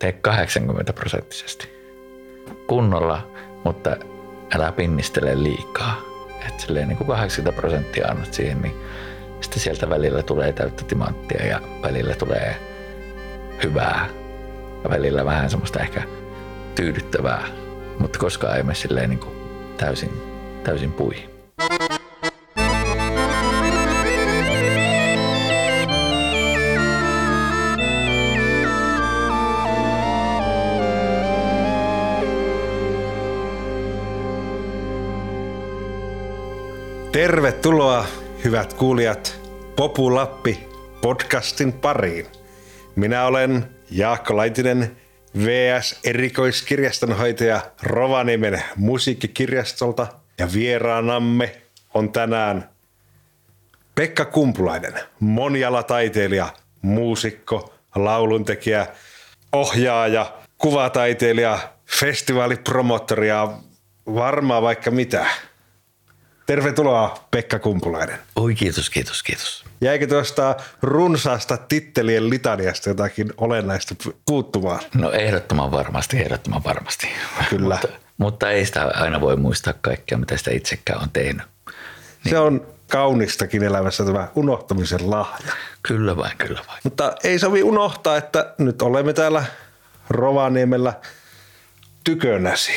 tee 80% kunnolla, mutta älä pinnistele liikaa. Että silleen niin kuin 80% annat siihen, niin sitten sieltä välillä tulee täyttä timanttia ja välillä tulee hyvää ja välillä vähän semmoista ehkä tyydyttävää, mutta koskaan ei mene silleen niin kuin täysin puihin. Tervetuloa, hyvät kuulijat, Popu Lappi podcastin pariin. Minä olen Jaakko Laitinen, VS erikoiskirjastonhoitaja Rovaniemen musiikkikirjastolta ja vieraanamme on tänään Pekka Kumpulainen, monialataiteilija, muusikko, lauluntekijä, ohjaaja, kuvataiteilija, festivaalipromottori ja varmaan vaikka mitä. Tervetuloa, Pekka Kumpulainen. Oi, kiitos. Jäikö tuosta runsaasta tittelien litaniasta jotakin olennaista puuttumaan? No ehdottoman varmasti. Kyllä. mutta ei sitä aina voi muistaa kaikkea, mitä sitä itsekään on tehnyt. Niin. Se on kaunistakin elämässä tämä unohtamisen lahja. Kyllä vain. Mutta ei sovi unohtaa, että nyt olemme täällä Rovaniemellä tykönäsi.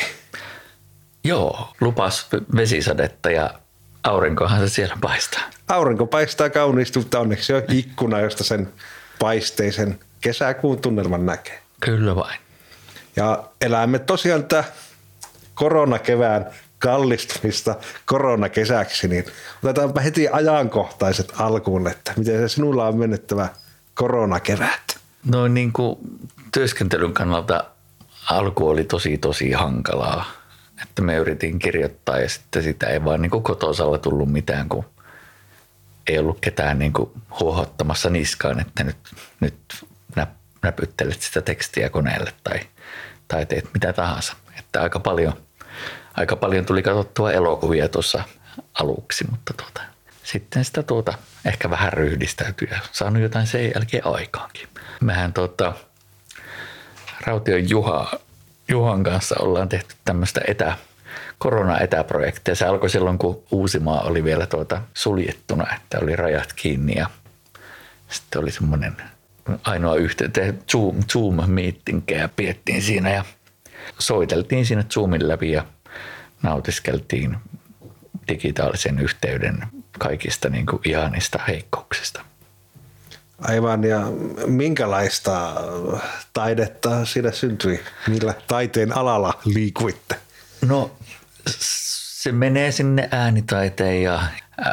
Joo, lupas vesisadetta ja aurinkohan se siellä paistaa. Aurinko paistaa kauniisti, mutta onneksi on ikkuna, josta sen paisteisen kesäkuun tunnelman näkee. Kyllä vain. Ja elämme tosiaan tätä koronakevään kallistumista koronakesäksi, niin otetaanpa heti ajankohtaiset alkuun, että miten se sinulla on mennyt tämä koronakevät? No niin kuin työskentelyn kannalta alku oli tosi hankalaa. Että me yritin kirjoittaa ja sitten sitä ei vaan niin kuin kotosalla tullut mitään, kun ei ollut ketään niin kuin huohottamassa niskaan, että nyt näpyttelet sitä tekstiä koneelle tai teet mitä tahansa. Että aika paljon tuli katsottua elokuvia tuossa aluksi, mutta sitten sitä ehkä vähän ryhdistäytyi ja saanut jotain sen jälkeen aikaankin. Mehän Raution Juhan kanssa ollaan tehty tämmöistä korona-etäprojektia. Se alkoi silloin, kun Uusimaa oli vielä suljettuna, että oli rajat kiinni ja sitten oli semmoinen ainoa Zoom-meetingejä piettiin siinä ja soiteltiin siinä Zoomin läpi ja nautiskeltiin digitaalisen yhteyden kaikista niin kuin ihanista heikkouksista. Aivan, ja minkälaista taidetta siinä syntyi? Millä taiteen alalla liikuitte? No se menee sinne äänitaiteen ja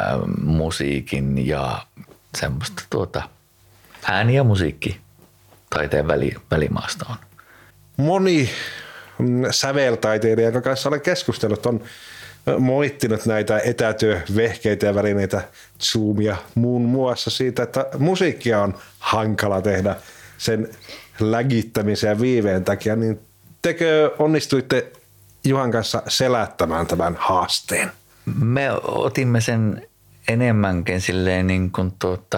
musiikin ja semmoista ääni- ja musiikkitaiteen välimaastoon. Moni säveltaiteilija, jonka kanssa olen keskustellut, on moittinut näitä etätyövehkeitä ja välineitä, Zoomia muun muassa siitä, että musiikkia on hankala tehdä sen lägittämisen ja viiveen takia, niin tekö onnistuitte Juhan kanssa selättämään tämän haasteen? Me otimme sen enemmänkin silleen niin kuin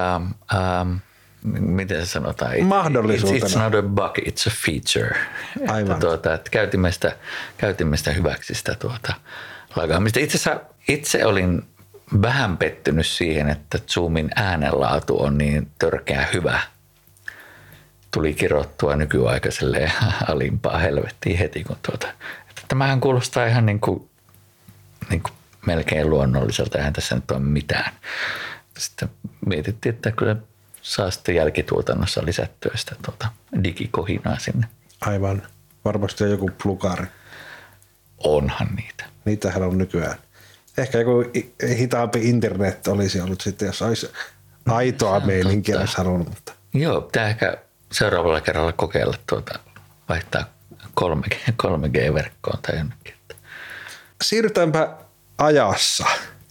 miten se sanotaan? Mahdollisuutena. It's not a bug, it's a feature. Aivan. Että käytimme sitä hyväksi sitä lagaamista. Itse olin vähän pettynyt siihen, että Zoomin äänenlaatu on niin törkeä hyvä. Tuli kirottua nykyaikaiselle alimpaa helvettiin heti, kun että tämähän kuulostaa ihan niin kuin melkein luonnolliselta, eihän tässä nyt ole mitään. Sitten mietittiin, että kyllä saa sitten jälkituotannossa lisättyä sitä digikohinaa sinne. Aivan. Varmasti on joku plugari. Onhan niitä. Niitähän on nykyään. Ehkä joku hitaampi internet olisi ollut sitten, jos olisi aitoa meininkiä sanonut. Mutta. Joo, pitää ehkä seuraavalla kerralla kokeilla vaihtaa 3G-verkkoon tai jonnekin. Siirrytäänpä ajassa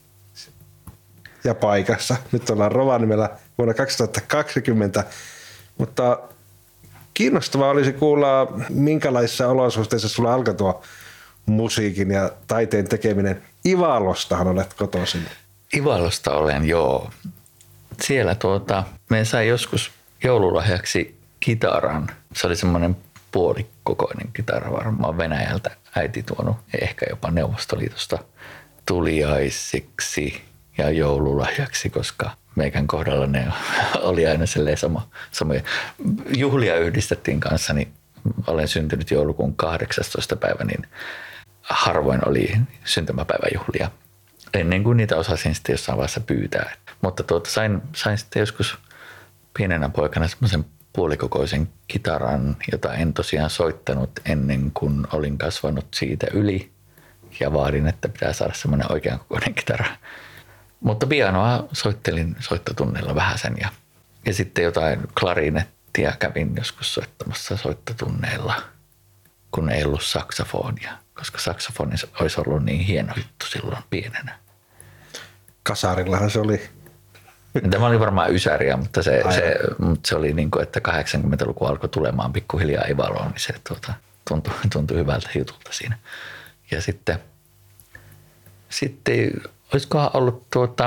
ja paikassa. Nyt ollaan Rovaniemellä vuonna 2020, mutta kiinnostavaa olisi kuulla, minkälaisissa olosuhteissa sulla alkoi tuo musiikin ja taiteen tekeminen. Ivalostahan olet kotoisin. Ivalosta olen, joo. Siellä me sai joskus joululahjaksi kitaran. Se oli semmoinen puolikokoinen kitara varmaan Venäjältä äiti tuonut, ehkä jopa Neuvostoliitosta tuliaisiksi ja joululahjaksi, koska meikän kohdalla ne oli aina samoja. Juhlia yhdistettiin kanssa, niin olen syntynyt joulukuun 18. päivä, niin harvoin oli syntymäpäiväjuhlia ennen kuin niitä osasin sitten jossain vaiheessa pyytää. Mutta sain sitten joskus pienenä poikana semmoisen puolikokoisen kitaran, jota en tosiaan soittanut ennen kuin olin kasvanut siitä yli ja vaadin, että pitää saada semmoinen oikeankokoinen kitara. Mutta pianoa soittelin soittotunneilla vähäsen ja sitten jotain klarinettia kävin joskus soittamassa soittotunneilla, kun ei ollut saksafonia, koska saksofoni olisi ollut niin hieno juttu silloin pienenä. Kasarillahan se oli. Tämä oli varmaan ysäriä, mutta se oli niin kuin, että 80-luku alkoi tulemaan pikkuhiljaa Ivaloon, niin se tuntui hyvältä jutulta siinä. Ja sitten olisikohan ollut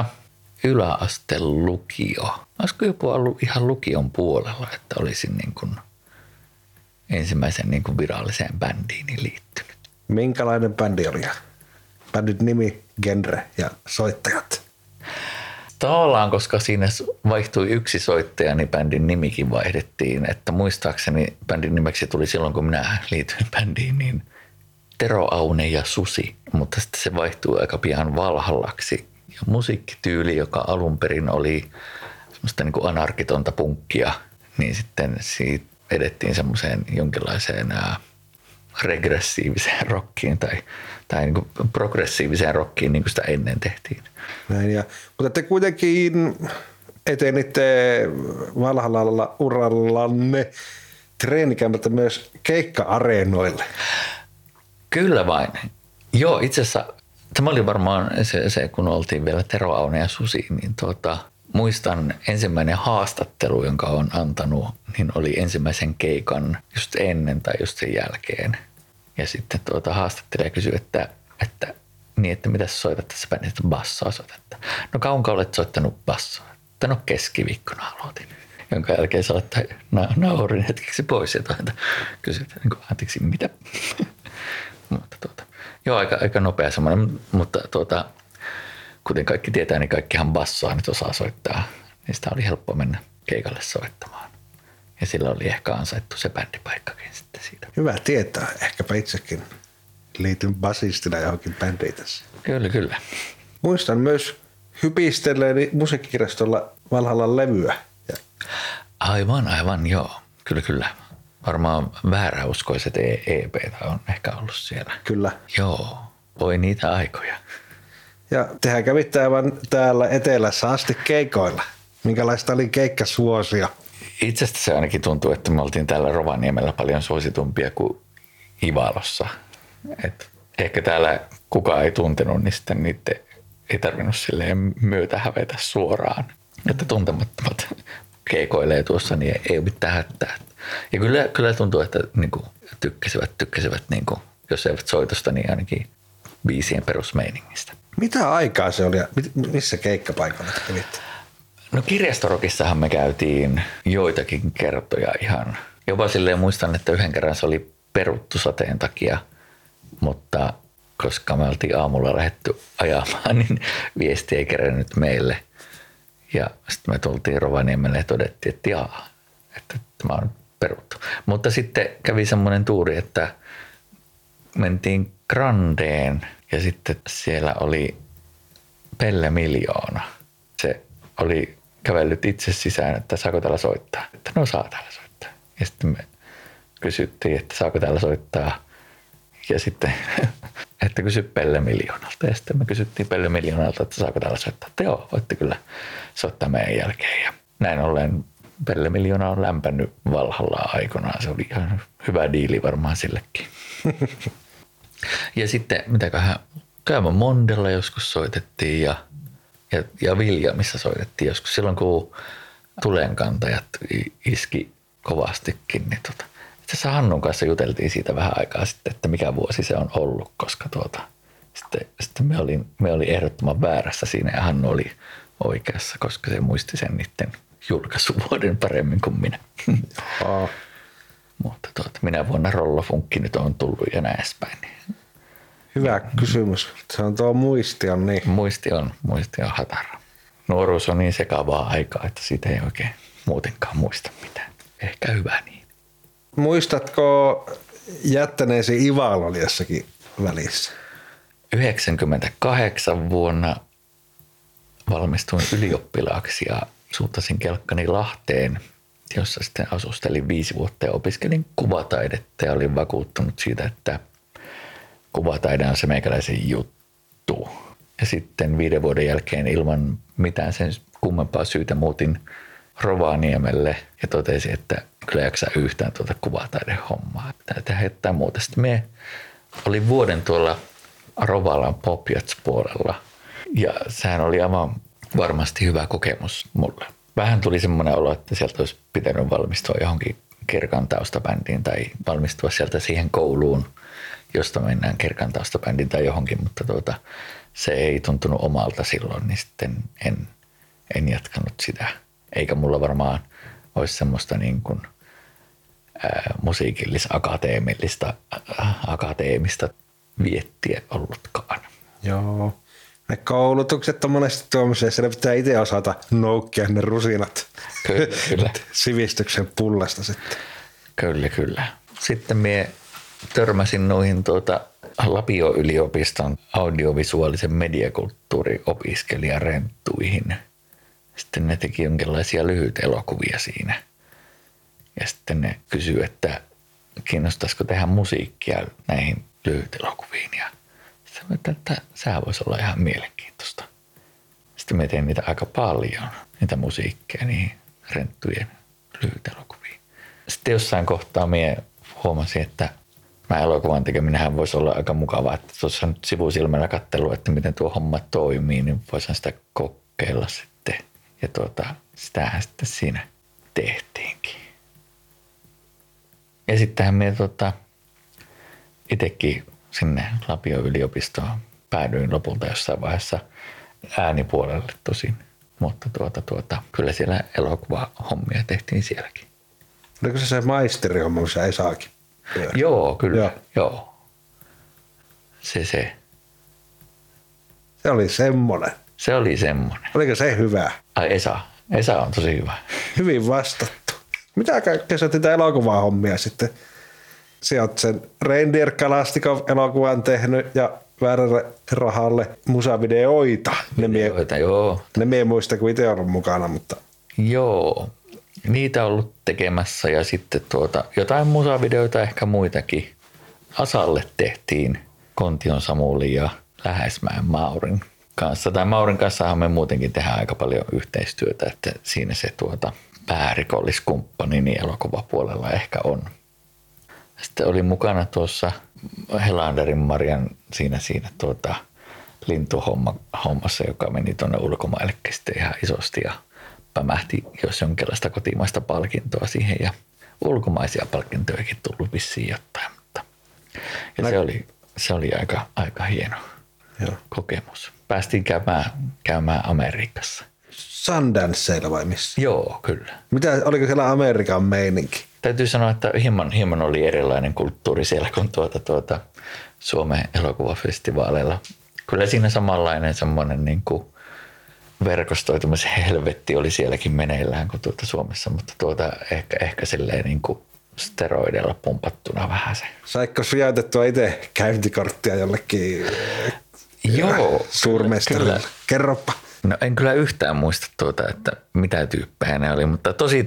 yläasteen lukio. Olisiko jopa ollut ihan lukion puolella, että olisin niin kuin ensimmäisen niin kuin viralliseen bändiin liittynyt. Minkälainen bändi oli? Bändin nimi, genre ja soittajat? Tavallaan, koska siinä vaihtui yksi soittaja, niin bändin nimikin vaihdettiin. Että muistaakseni bändin nimeksi tuli silloin, kun minä liityin bändiin, niin Tero, Aune ja Susi. Mutta sitten se vaihtui aika pian Valhallaksi. Ja musiikkityyli, joka alun perin oli semmoista niin kuin anarkitonta punkkia, niin sitten siitä edettiin semmoiseen jonkinlaiseen regressiiviseen rockiin tai niin kuin progressiiviseen rockiin, niin kuin sitä ennen tehtiin. Näin, mutta te kuitenkin etenitte Valhallalla urallanne treenikäymättä myös keikka-areenoille. Kyllä vain. Joo, itse asiassa tämä oli varmaan se kun oltiin vielä Tero, Aune ja Susi, niin muistan ensimmäinen haastattelu, jonka olen antanut, niin oli ensimmäisen keikan just ennen tai just sen jälkeen. Ja sitten haastattelija kysyi, että mitä sä soitat tässä bändissä, bassoa soitatte. No kauanko olet soittanut bassoa? Että no keskiviikkona aloitin. Jonka jälkeen sä olet naurin hetkeksi pois ja kysyt, niin anteeksi, mitä? Mutta joo, aika nopea semmoinen, mutta kuten kaikki tietää, niin kaikkihan bassoa nyt osaa soittaa. Niin sitä oli helppo mennä keikalle soittamaan. Ja sillä oli ehkä ansaittu se bändipaikkakin sitten siitä. Hyvä tietää. Ehkäpä itsekin liityn basistina johonkin bändiin tässä. Kyllä. Muistan myös hypistelleeni musiikkikirjastolla Valhallan levyä. Aivan, joo. Kyllä. Varmaan vääräuskoiset EP on ehkä ollut siellä. Kyllä. Joo, voi niitä aikoja. Ja tehän kävitte aivan täällä etelässä asti keikoilla. Minkälaista oli keikkasuosio? Itsestä se ainakin tuntuu, että me oltiin täällä Rovaniemellä paljon suositumpia kuin Ivalossa. Et ehkä täällä kukaan ei tuntenut, niin sitten niitä ei tarvinnut silleen myötä hävetä suoraan. Että tuntemattomat keikoilee tuossa, niin ei ole mitään hätää. Ja kyllä tuntuu, että niinku tykkäsivät niinku, jos eivät soitosta, niin ainakin biisien perusmeiningistä. Mitä aikaa se oli ja missä keikkapaikalla kävitte? No Kirjastorokissahan me käytiin joitakin kertoja ihan. Jopa silleen muistan, että yhden kerran se oli peruttu sateen takia, mutta koska me oltiin aamulla lähdetty ajamaan, niin viesti ei kerännyt meille. Ja sitten me tultiin Rovaniemelle ja todettiin, että tämä on peruttu. Mutta sitten kävi semmoinen tuuri, että mentiin Grandeen ja sitten siellä oli Pelle Miljoona. Se oli kävellyt itse sisään, että saako täällä soittaa. Että no saa täällä soittaa. Ja sitten me kysyttiin, että saako täällä soittaa. Ja sitten, että kysy Pelle Miljoonalta. Ja sitten me kysyttiin Pelle Miljoonalta, että saako täällä soittaa. Että joo, voitte kyllä soittaa meidän jälkeen. Ja näin ollen Pelle Miljoona on lämpännyt Valhallaa aikanaan. Se oli ihan hyvä diili varmaan sillekin. Ja sitten mitäköhän Käymä Mondella joskus soitettiin ja Viljamissa soitettiin joskus. Silloin kun tulenkantajat iski kovastikin, niin itse asiassa Hannun kanssa juteltiin siitä vähän aikaa sitten, että mikä vuosi se on ollut, koska sitten me oli ehdottoman väärässä siinä ja Hannu oli oikeassa, koska se muisti sen niiden julkaisuvuoden paremmin kuin minä. Oh. Mutta minä vuonna rollofunkki nyt on tullut ja näin edespäin. Hyvä kysymys. Se on tuo muisti on niin. Muisti on hatara. Nuoruus on niin sekavaa aikaa, että siitä ei oikein muutenkaan muista mitään. Ehkä hyvä niin. Muistatko jättäneesi Ivalon jossakin välissä? 98 vuonna valmistuin ylioppilaaksi ja suuntasin kelkkani Lahteen, jossa sitten asustelin 5 vuotta ja opiskelin kuvataidetta ja olin vakuuttunut siitä, että kuvataide on se meikäläisen juttu. Ja sitten 5 vuoden jälkeen ilman mitään sen kummempaa syytä muutin Rovaniemelle ja totesin, että kyllä jaksaa yhtään tuota kuvataidehommaa. Pitää tehdä jotain muuta. Sitten minä olin vuoden tuolla Rovalan Pop-Jats-puolella ja sehän oli aivan varmasti hyvä kokemus mulle. Vähän tuli semmoinen olo, että sieltä olisi pitänyt valmistua johonkin Kerkan taustabändiin tai valmistua sieltä siihen kouluun, josta mennään Kerkan taustabändiin tai johonkin, mutta se ei tuntunut omalta silloin, niin sitten en jatkanut sitä. Eikä mulla varmaan olisi semmoista niin kuin akateemista viettiä ollutkaan. Joo. Ne koulutukset on monesti tuommoisia, siellä pitää itse osata noukkia ne rusinat. Kyllä. Sivistyksen pullasta sitten. Kyllä. Sitten minä törmäsin noihin Lapio-yliopiston audiovisuaalisen mediakulttuuriopiskelijarenttuihin. Sitten ne teki jonkinlaisia lyhytelokuvia siinä. Ja sitten ne kysyi, että kiinnostaisiko tehdä musiikkia näihin lyhytelokuviin. Ja sitten että sehän voisi olla ihan mielenkiintoista. Sitten me tein niitä aika paljon, niitä musiikkia niihin renttujen lyhytelokuviin. Sitten jossain kohtaa minä huomasin, että elokuvan tekeminenhän voisi olla aika mukavaa. Että tuossa nyt sivusilmällä katselu, että miten tuo homma toimii, niin voisin sitä kokeilla sitten. Ja sitähän sitten siinä tehtiinkin. Ja sittenhän minä itsekin sinne Lapio-yliopistoon päädyin lopulta jossain vaiheessa äänipuolelle tosin. Mutta kyllä siellä elokuvahommia tehtiin sielläkin. Oliko se maisterihomma, missä ei saakin? Joo, kyllä. Joo. Se. Se oli semmoinen. Se oli semmoinen. Oliko se hyvä? Ai Esa on tosi hyvä. Hyvin vastattu. Mitä kaikkea sä tätä elokuvahommia sitten? Sä oot sen Reindeer Kalastikov elokuvan tehnyt ja väärälle rahalle musavideoita. Joo. Ne mie muista, kun itse ollut mukana, mutta... Joo. Niitä on ollut tekemässä ja sitten jotain musavideoita, ehkä muitakin. Asalle tehtiin Kontion Samuli ja Lähesmäen Maurin kanssa. Tai Maurin kanssahan me muutenkin tehdään aika paljon yhteistyötä, että siinä se päärikolliskumppani niin elokuvapuolella ehkä on. Sitten oli mukana tuossa Helanderin Marian siinä lintuhommassa, joka meni tuonne ulkomaillekin sitten ihan isosti ja pämähti jos jonkinlaista kotimaista palkintoa siihen ja ulkomaisia palkintojakin tullut vissiin jotain. Ja se oli aika hieno kokemus. Päästiin käymään Amerikassa. Sundanceilla vai missä? Joo, kyllä. Oliko siellä Amerikan meininki? Täytyy sanoa, että hieman oli erilainen kulttuuri siellä kuin Suomen elokuvafestivaaleilla. Kyllä siinä samanlainen semmoinen niin kuin verkostoitumisen helvetti oli sielläkin meneillään kuin Suomessa, mutta ehkä silleen niin kuin steroideilla pumpattuna vähän se. Saitko syötettyä itse käyntikorttia jollekin suurmestarille? Kerropa. No en kyllä yhtään muista että mitä tyyppejä ne oli, mutta tosi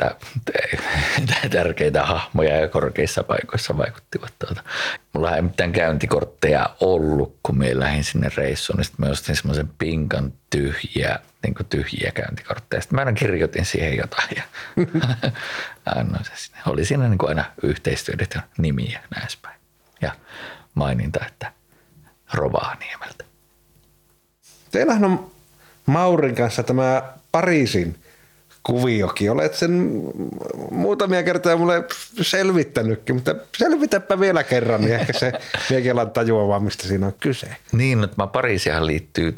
tärkeitä hahmoja ja korkeissa paikoissa vaikuttivat. Mulla ei mitään käyntikortteja ollut, kun me lähdin sinne reissuun, niin sitten mä ostin semmoisen pinkan tyhjiä käyntikortteja. Sitten mä aina kirjoitin siihen jotain ja annoin se sinne. Oli siinä niin kuin aina yhteistyöt ja nimiä näispäin ja maininta, että Rovaniemeltä. Teillähän on Maurin kanssa tämä Pariisin kuviokin. Olet sen muutamia kertaa mulle selvittänytkin, mutta selvitäpä vielä kerran, niin ehkä se vieläkin alan tajuamaan, mistä siinä on kyse. Niin, että Pariisihan liittyy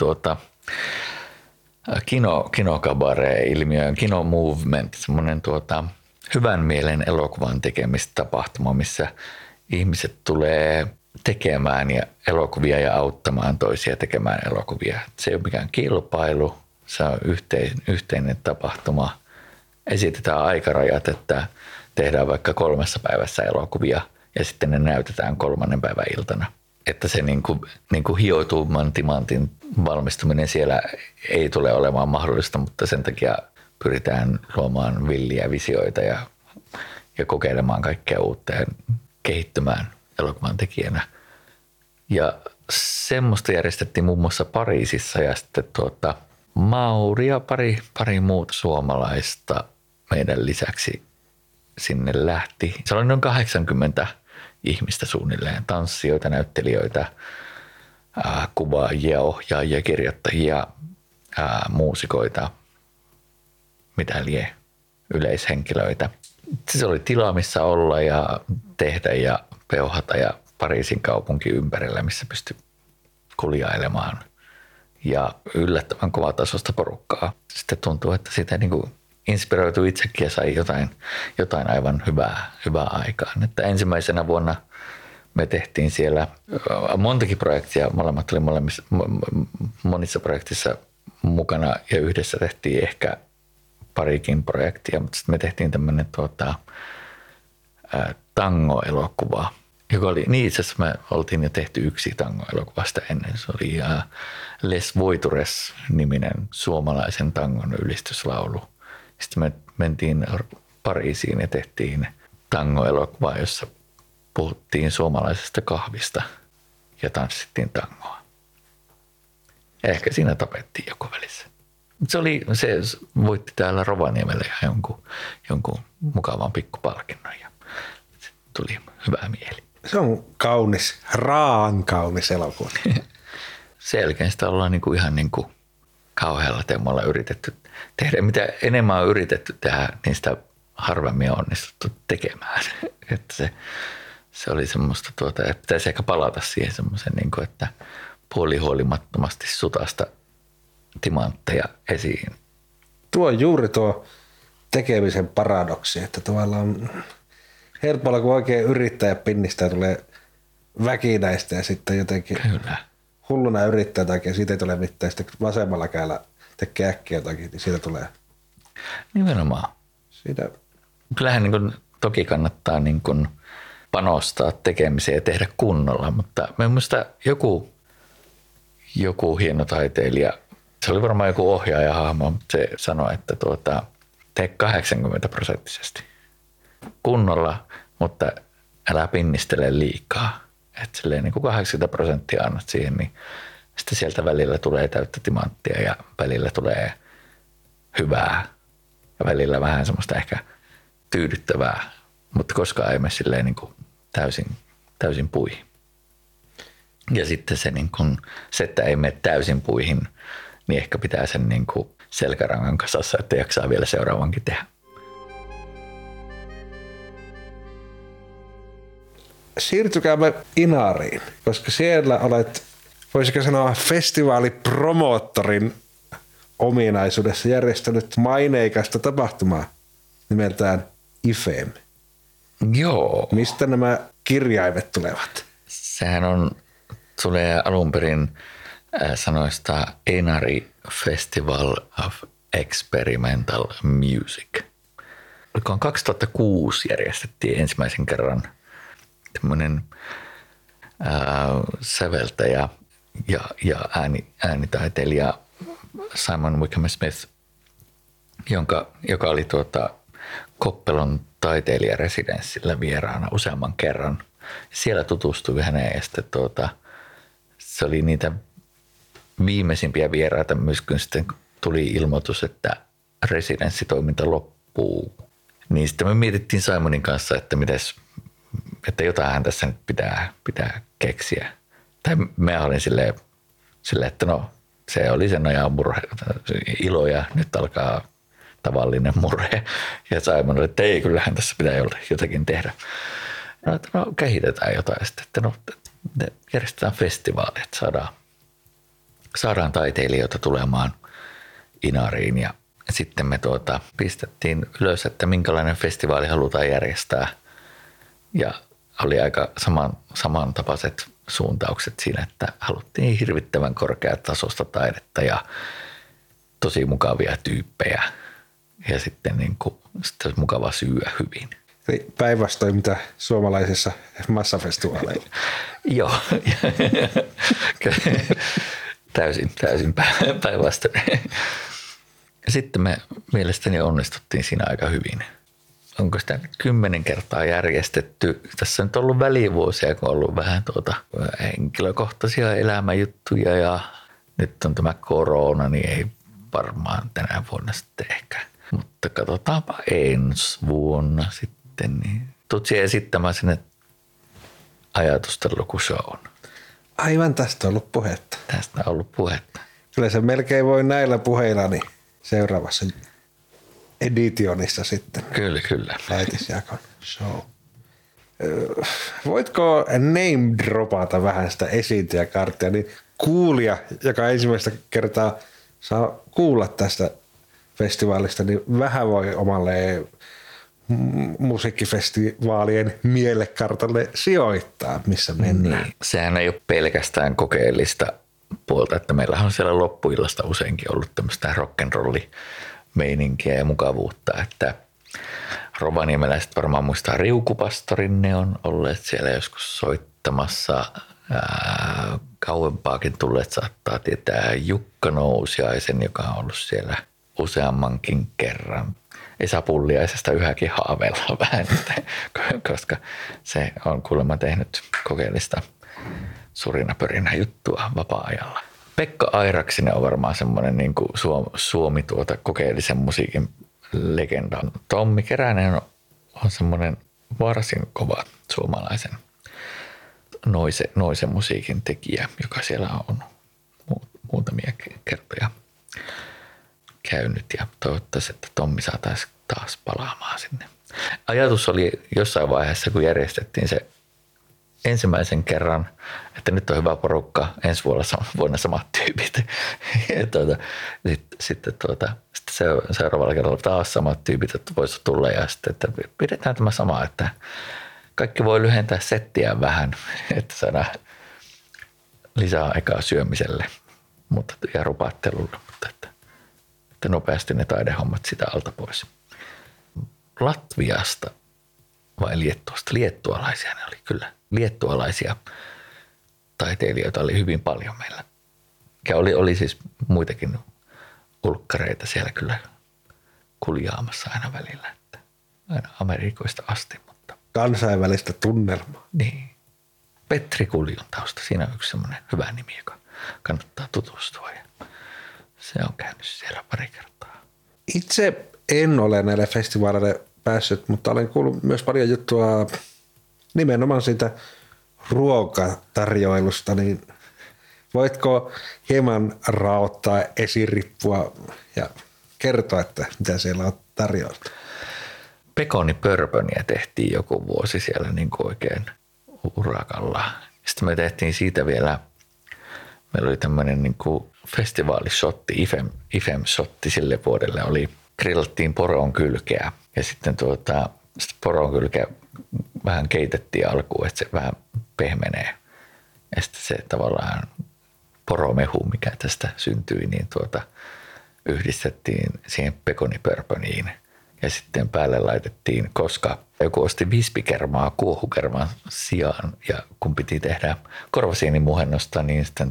kinokabare-ilmiöön, kino movement, semmoinen hyvän mielen elokuvan tekemistapahtuma, missä ihmiset tulee tekemään ja elokuvia ja auttamaan toisia tekemään elokuvia. Se ei ole mikään kilpailu, se on yhteinen tapahtuma. Esitetään aikarajat, että tehdään vaikka 3 päivässä elokuvia ja sitten ne näytetään 3. päivän iltana. Että se niin kuin hioutuman timantin valmistuminen siellä ei tule olemaan mahdollista, mutta sen takia pyritään luomaan villiä visioita ja kokeilemaan kaikkea uutta ja kehittymään elokuvan tekijänä. Ja semmoista järjestettiin muun muassa Pariisissa ja sitten Mauri ja pari muuta suomalaista meidän lisäksi sinne lähti. Se oli noin 80 ihmistä suunnilleen, tanssijoita, näyttelijöitä, kuvaajia, ohjaajia, kirjoittajia, muusikoita, mitä lie, yleishenkilöitä. Se oli tila, missä olla ja tehdä ja peuhata ja Pariisin kaupunki ympärillä, missä pystyi kuljailemaan ja yllättävän kovatasoista porukkaa. Sitten tuntuu, että sitä niin kuin inspiroitui itsekin ja sai jotain aivan hyvää aikaan. Että ensimmäisenä vuonna me tehtiin siellä montakin projektia, molemmat oli monissa projektissa mukana ja yhdessä tehtiin ehkä parikin projektia, mutta sitten me tehtiin tämmöinen tango-elokuva, joka oli, niin itse asiassa me oltiin jo tehty yksi tango-elokuvasta ennen. Se oli Les Voitures-niminen suomalaisen tangon ylistyslaulu. Sitten me mentiin Pariisiin ja tehtiin tango-elokuvaa, jossa puhuttiin suomalaisesta kahvista ja tanssittiin tangoa. Ehkä siinä tapettiin joku välissä. Se voitti täällä Rovaniemellä jonkun mukavan pikkupalkinnon ja tuli hyvä mieli. Se on kaunis, kaunis elokuva. Sen jälkeen sitä ollaan ihan kauhealla teemalla yritetty tehdä. Mitä enemmän on yritetty tehdä, niin sitä harvemmin on onnistuttu tekemään. Että se oli semmoista, että pitäisi ehkä palata siihen semmoisen, että puolihuolimattomasti sutasta timantteja esiin. Tuo on juuri tuo tekemisen paradoksi, että tavallaan helpolla kun oikein yrittää ja pinnistää tulee väkinäistä ja sitten jotenkin Kyllä. hulluna yrittää jotakin ja siitä ei tule mitään. Sitten vasemmalla kädellä tekee äkkiä jotakin, niin siitä tulee. Nimenomaan. Siitä. Kyllähän toki kannattaa panostaa tekemiseen ja tehdä kunnolla, mutta mielestäni joku hieno taiteilija, se oli varmaan joku ohjaajahahmo, mutta se sanoi, että tee 80% kunnolla, mutta älä pinnistele liikaa. Että silleen 80% annat siihen, niin sitten sieltä välillä tulee täyttä timanttia ja välillä tulee hyvää ja välillä vähän semmoista ehkä tyydyttävää, mutta koskaan ei mene silleen täysin puihin. Ja sitten se, että ei mene täysin puihin, niin ehkä pitää sen selkärangan kasassa, että jaksaa vielä seuraavankin tehdä. Siirtykäämme Inariin, koska siellä olet, voisiko sanoa, festivaalipromoottorin ominaisuudessa järjestänyt maineikasta tapahtumaa nimeltään IFEM. Joo. Mistä nämä kirjaimet tulevat? Sehän tulee alun perin sanoista Inari Festival of Experimental Music. Olikohan 2006 järjestettiin ensimmäisen kerran tämmöinen säveltäjä ja äänitaiteilija Simon Wickham Smith, joka oli Koppelon taiteilijaresidenssillä vieraana useamman kerran. Siellä tutustui häneen ja sitten se oli niitä viimeisimpiä vieraita myös, kun sitten tuli ilmoitus, että residenssitoiminta loppuu. Niin sitten me mietittiin Simonin kanssa, että jotain tässä nyt pitää keksiä. Tai mä olin silleen, että se oli sen ajan murhe, ilo ja nyt alkaa tavallinen murhe. Ja Simon oli, että ei, kyllähän tässä pitää jotakin tehdä. Kehitetään jotain sitten, että järjestetään festivaali, että saadaan taiteilijoita tulemaan Inariin ja sitten me pistettiin ylös, että minkälainen festivaali halutaan järjestää. Ja oli aika samantapaiset suuntaukset siinä, että haluttiin hirvittävän korkeatasoista taidetta ja tosi mukavia tyyppejä. Ja sitten, sitten olisi mukava syyä hyvin. Eli päinvastoin mitä suomalaisissa massafestivaaleilla. Joo, täysin päinvastoin. Sitten me mielestäni onnistuttiin siinä aika hyvin. Onko sitä 10 kertaa järjestetty? Tässä on nyt ollut välivuosia, kun on ollut vähän henkilökohtaisia elämäjuttuja ja nyt on tämä korona, niin ei varmaan tänä vuonna sitten ehkä. Mutta katsotaanpa ensi vuonna sitten. Niin tuut siihen esittämään sinne ajatusten lukushown. Aivan, tästä on ollut puhetta. Tästä on ollut puhetta. Kyllä se melkein voi näillä puheilla niin seuraavassa editionissa sitten. Kyllä. Laitisjakon show. Voitko name dropata vähän sitä esiintyjäkarttia, niin kuulija, joka ensimmäistä kertaa saa kuulla tästä festivaalista, niin vähän voi omalle musiikkifestivaalien mielekartalle sijoittaa, missä mennään. Niin. Sehän ei ole pelkästään kokeellista puolta, että meillähän on siellä loppuillasta useinkin ollut tämmöistä rock'n'rolli-meininkiä ja mukavuutta, että rovaniemeläiset varmaan muistaa Riukupastorin, ne on olleet siellä joskus soittamassa. Kauempaakin tulleet saattaa tietää Jukka Nousiaisen, joka on ollut siellä useammankin kerran. Esa Pulliaisesta yhäkin haaveillaan vähän, koska se on kuulemma tehnyt kokeellista surinapörinä juttua vapaa-ajalla. Pekka Airaksinen on varmaan semmoinen niin kuin Suomi kokeellisen musiikin legenda. Tommi Keränen on semmoinen varsin kova suomalaisen noisen musiikin tekijä, joka siellä on muutamia kertoja käynyt ja toivottavasti, että Tommi saataisiin taas palaamaan sinne. Ajatus oli jossain vaiheessa, kun järjestettiin se ensimmäisen kerran, että nyt on hyvä porukka, ensi vuonna samat tyypit. Sitten seuraavalla kerralla taas samat tyypit, että voisi tulla ja sitten, että pidetään tämä sama, että kaikki voi lyhentää settiä vähän, että saadaan lisää aikaa syömiselle ja rupaattelulle, mutta että nopeasti ne taidehommat sitä alta pois. Latviasta vai Liettuasta? Liettualaisia ne oli kyllä. Liettualaisia taiteilijoita oli hyvin paljon meillä. Ja oli siis muitakin ulkkareita siellä kyllä kuljaamassa aina välillä. Että aina Amerikoista asti. Mutta kansainvälistä tunnelmaa. Niin. Petri Kuljon tausta. Siinä on yksi semmoinen hyvä nimi, joka kannattaa tutustua. Ja se on käynyt siellä pari kertaa. Itse en ole näille festivaaleille päässyt, mutta olen kuullut myös paljon juttua nimenomaan siitä ruokatarjoilusta, niin voitko hieman raottaa esirippua ja kertoa, että mitä siellä on tarjolla? Pekonipörpöniä tehtiin joku vuosi siellä niin kuin oikein urakalla. Sitten me tehtiin siitä vielä, meillä oli tämmöinen niin kuin festivaalishotti, IFEM-shotti sille vuodelle, grillattiin poron kylkeä ja sitten poron kylkeä vähän keitettiin alkuun, että se vähän pehmenee. Ja sitten se tavallaan poromehu, mikä tästä syntyi, niin yhdistettiin siihen pekonipörpöniin. Ja sitten päälle laitettiin, koska joku osti vispikermaa kuohukerman sijaan ja kun piti tehdä korvasienimuhennosta, niin sitten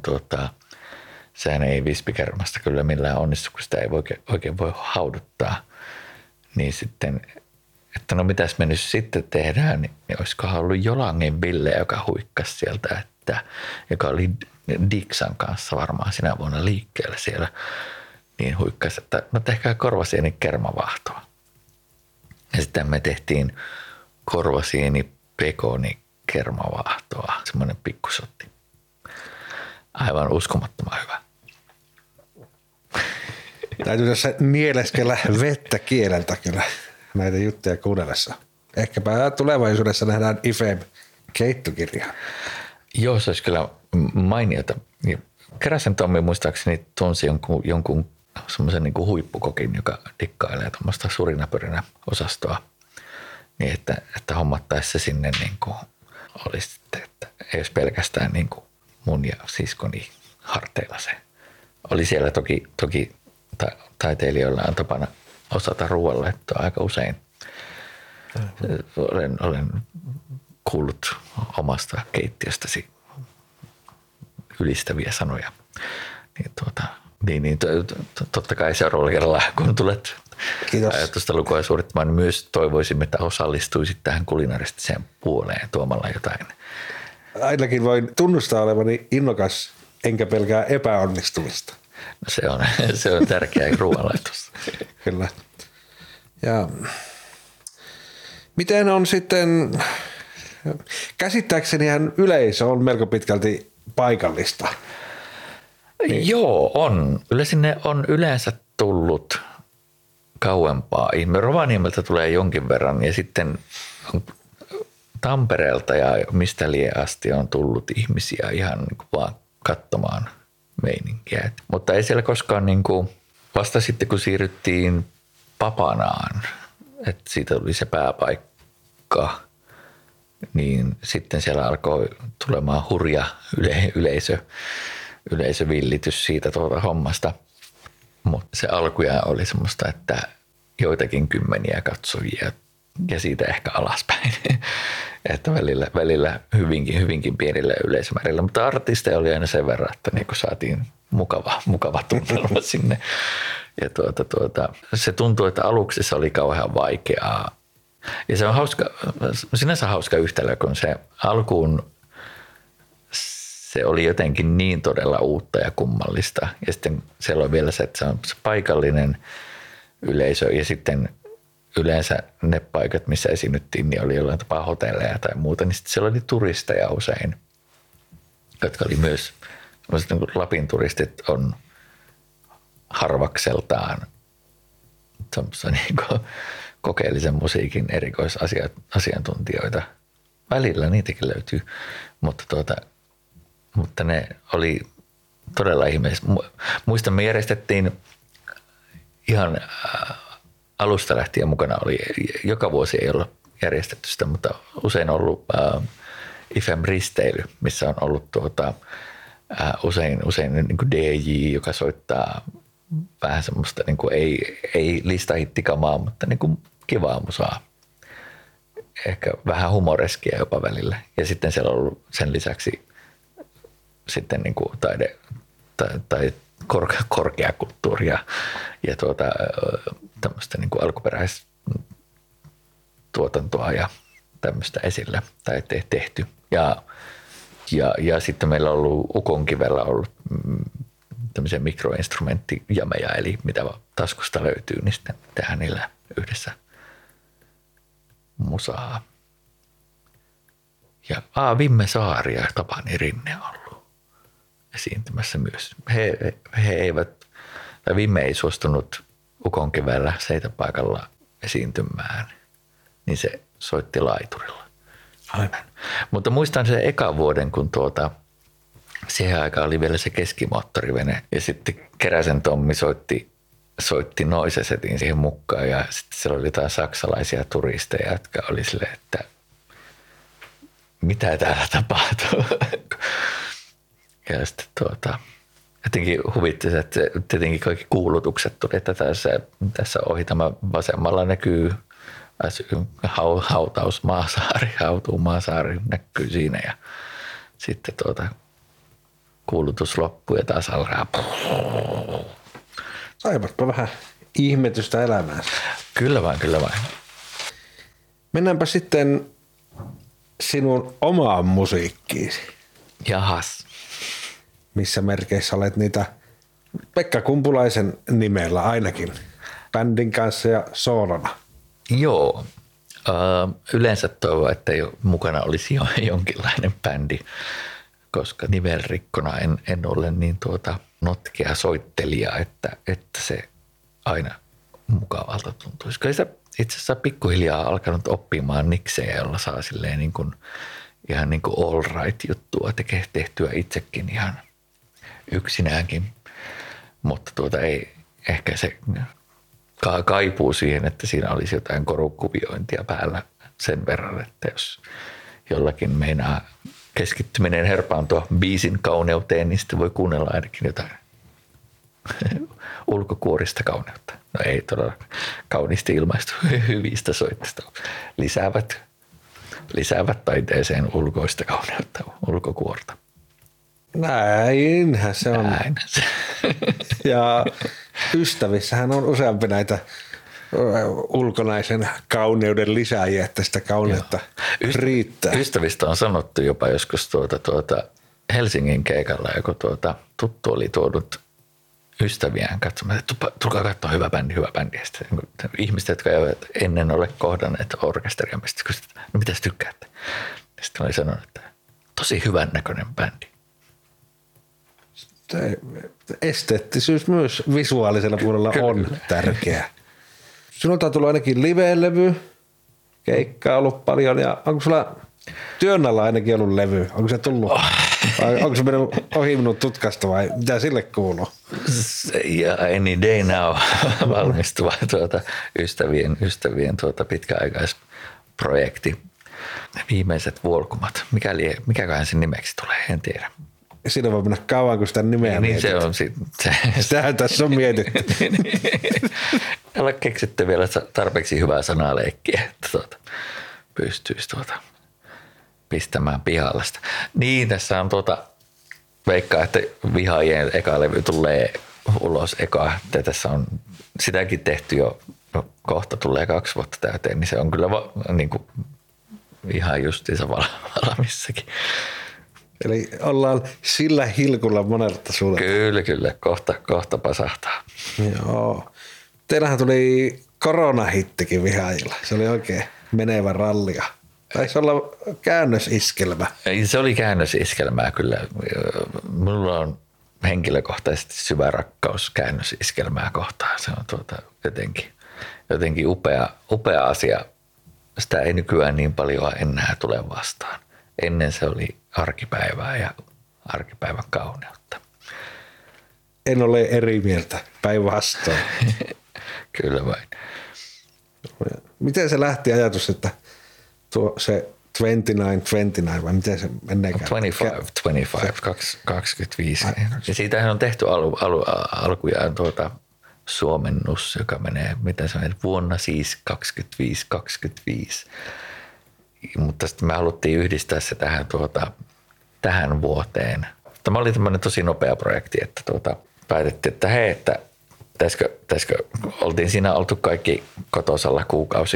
sehän ei vispikermasta kyllä millään onnistu, kun sitä ei oikein voi hauduttaa. Niin sitten, että no mitäs me nyt sitten tehdään, niin olisikohan ollut Jolangen Ville, joka huikkasi sieltä, joka oli Dixan kanssa varmaan sinä vuonna liikkeellä siellä, niin huikkasi, että no tehkää korvasieni kermavahtoa. Ja sitten me tehtiin korvasieni pekoni kermavahtoa, semmoinen pikkusotti. Aivan uskomattoman hyvä. Täytyy tässä nieleskellä vettä kieleltä kyllä näitä juttuja kuunnellessa. Ehkäpä tulevaisuudessa nähdään IFEM keittokirjaa. Joo, se olisi kyllä mainiota. Keräsen Tommi muistaakseni tunsi jonkun semmoisen niin kuin huippukokin, joka dikkailee tuommoista surinapörinä osastoa, niin että hommattaisi se sinne niin kuin olisi sitten, että ei olisi pelkästään niin kuin mun ja siskoni harteilla se. Oli siellä toki taiteilijoilla on tapana osata ruoanlaittoa aika usein. Olen kuullut omasta keittiöstäsi ylistäviä sanoja. Totta kai seuraavalla kerralla, kun tulet ajatusta lukua suorittamaan, niin myös toivoisimme, että osallistuisit tähän kulinaristiseen puoleen tuomalla jotain. Ainakin voin tunnustaa olevani innokas, enkä pelkää epäonnistumista. Se on tärkeää ruoanlaitossa. Kyllä. Ja miten on sitten, käsittääksenihän yleisö on melko pitkälti paikallista. Niin. Joo, on. Kyllä sinne on yleensä tullut kauempaa. Rovaniemeltä tulee jonkin verran ja sitten Tampereelta ja mistä lie asti on tullut ihmisiä ihan niin kuin vaan katsomaan meininkiä. Mutta ei siellä koskaan niin kuin, vasta sitten kun siirryttiin Papanaan, että siitä tuli se pääpaikka, niin sitten siellä alkoi tulemaan hurja yleisövillitys siitä hommasta. Mutta se alkuja oli semmoista, että joitakin kymmeniä katsojia ja siitä ehkä alaspäin. Että välillä hyvinkin pienillä yleisömäärillä. Mutta artisteja oli aina sen verran, että niinku saatiin mukava tunnelma sinne. Ja se tuntui, että aluksi se oli kauhean vaikeaa. Ja se on sinänsä hauska yhtälö, kun se alkuun se oli jotenkin niin todella uutta ja kummallista. Ja sitten siellä on vielä se, että se on se paikallinen yleisö ja sitten yleensä ne paikat, missä esiinnyttiin, niin oli jollain tapaa hotelleja tai muuta. Niin sitten siellä oli turisteja usein, jotka oli myös, niin kuin Lapin turistit on harvakseltaan niin kuin kokeellisen musiikin erikoisasiantuntijoita. Välillä niitäkin löytyy, mutta ne oli todella ihmeellistä. Muistan, me järjestettiin ihan alusta lähtien mukana oli, joka vuosi ei olla järjestetty sitä, mutta usein on ollut IFEM-risteily, missä on ollut usein niin kuin DJ, joka soittaa vähän semmoista niin kuin ei listahittikamaa, mutta niin kuin kivaa musaa. Ehkä vähän humoreskia jopa välillä. Ja sitten siellä on ollut sen lisäksi sitten niin kuin taide tai korkeakulttuuria ja tämmöistä niin kuin alkuperäistuotantoa ja tämmöistä esillä tai tehty. Ja sitten meillä on ollut Ukonkivellä ollut tämmöisiä mikroinstrumenttijameja, eli mitä taskusta löytyy, niin sitten tehdään niillä yhdessä musaa. Ja Vimme Saari ja Tapani Rinne on ollut esiintymässä myös. He eivät, tai Vimme ei suostunut Ukonkivellä Seitapaikalla esiintymään, niin se soitti laiturilla. Aivan. Mutta muistan sen ekan vuoden, kun siihen aikaan oli vielä se keskimoottorivene ja sitten Keräsen Tommi soitti noisesetin siihen mukaan ja sitten siellä oli jotain saksalaisia turisteja, jotka oli silleen, että mitä täällä tapahtuu. Ja sitten jotenkin huvitti se, että tietenkin kaikki kuulutukset tuli, että tässä ohi tämä vasemmalla näkyy hautaus Maasaari, hautuu Maasaari näkyy siinä ja sitten kuulutus loppuu ja taas alkaa. Saivatpa vähän ihmetystä elämäänsä. Kyllä vain. Mennäänpä sitten sinun omaan musiikkiisi. Jahas. Missä merkeissä olet niitä Pekka Kumpulaisen nimellä ainakin bändin kanssa ja soolona. Joo. Yleensä toivon, että mukana olisi jo jonkinlainen bändi, koska nivelrikkona en ole niin notkea soittelija, että se aina mukavalta tuntuisi. Kyllä sitä itse asiassa pikkuhiljaa alkanut oppimaan niksejä, jolla saa silleen ihan niin kuin all right juttua tehtyä itsekin ihan yksinäänkin. Mutta ehkä se kaipuu siihen, että siinä olisi jotain korukuviointia päällä sen verran, että jos jollakin meinaa keskittyminen herpaantua biisin kauneuteen, niin sitten voi kuunnella ainakin jotain ulkokuorista kauneutta. No ei todella kauniisti ilmaistu hyvistä soitteista. Lisäävät taiteeseen ulkoista kauneutta, ulkokuorta. Näinhän se on. Näinhän se. Ja ystävissähän on useampi näitä ulkonaisen kauneuden lisääjiä, että sitä kauneutta riittää. Ystävistä on sanottu jopa joskus Helsingin keikalla, joku tuttu oli tuonut ystäviään katsomaan, että tulkaa katsoa hyvä bändi. Ja sitten ihmiset, jotka eivät ennen ole kohdanneet orkesteria, mistä kysytään, no mitäs tykkäätte? Ja sitten oli sanonut, että tosi hyvän näköinen bändi. Esteettisyys myös visuaalisella puolella on tärkeä. Sinulta on tullut ainakin live-levy, keikkaa ollut paljon ja onko sulla työn alla ainakin ollut levy? Onko se tullut? Vai onko se mennyt ohi minun tutkasta vai mitä sille kuuluu? Ja Any Day Now valmistuva ystävien pitkäaikaisprojekti. Viimeiset Vuolkumat. Mikäköhän sen nimeksi tulee, en tiedä. Siinä voi mennä kauan, kun sitä nimeä niin mietit. Se on Sitähän tässä on mietitty. Älä keksitte vielä tarpeeksi hyvää sanaleikkiä, että pystyisi pistämään pihalle sitä. Niin, tässä on veikkaa, että Vihaajien eka levy tulee ulos eka. Tässä on sitäkin tehty jo, kohta tulee 2 vuotta täyteen, niin se on kyllä niin kuin ihan justiinsa valmissakin. Eli ollaan sillä hilkulla monelta suunnalta. Kyllä. Kohta pasahtaa. Joo. Teillähän tuli koronahittikin Vihaajilla. Se oli oikein menevä rallia. Taisi olla käännösiskelmä. Se oli käännösiskelmää kyllä. Mulla on henkilökohtaisesti syvä rakkaus käännösiskelmää kohtaan. Se on jotenkin upea asia. Sitä ei nykyään niin paljon enää tule vastaan. Ennen se oli arkipäivää ja arkipäivän kauneutta. En ole eri mieltä, päinvastoin. Kyllä vain. Miten se lähti ajatus, että se 29 vai miten se meneekään? 25. Ja siitähän on tehty alkujaan suomennus, joka menee, mitä se on, vuonna siis 25. Mutta sitten me haluttiin yhdistää se tähän vuoteen. Tämä oli tämmöinen tosi nopea projekti, että päätettiin, että hei, että täisikö oltiin siinä oltu kaikki kotosalla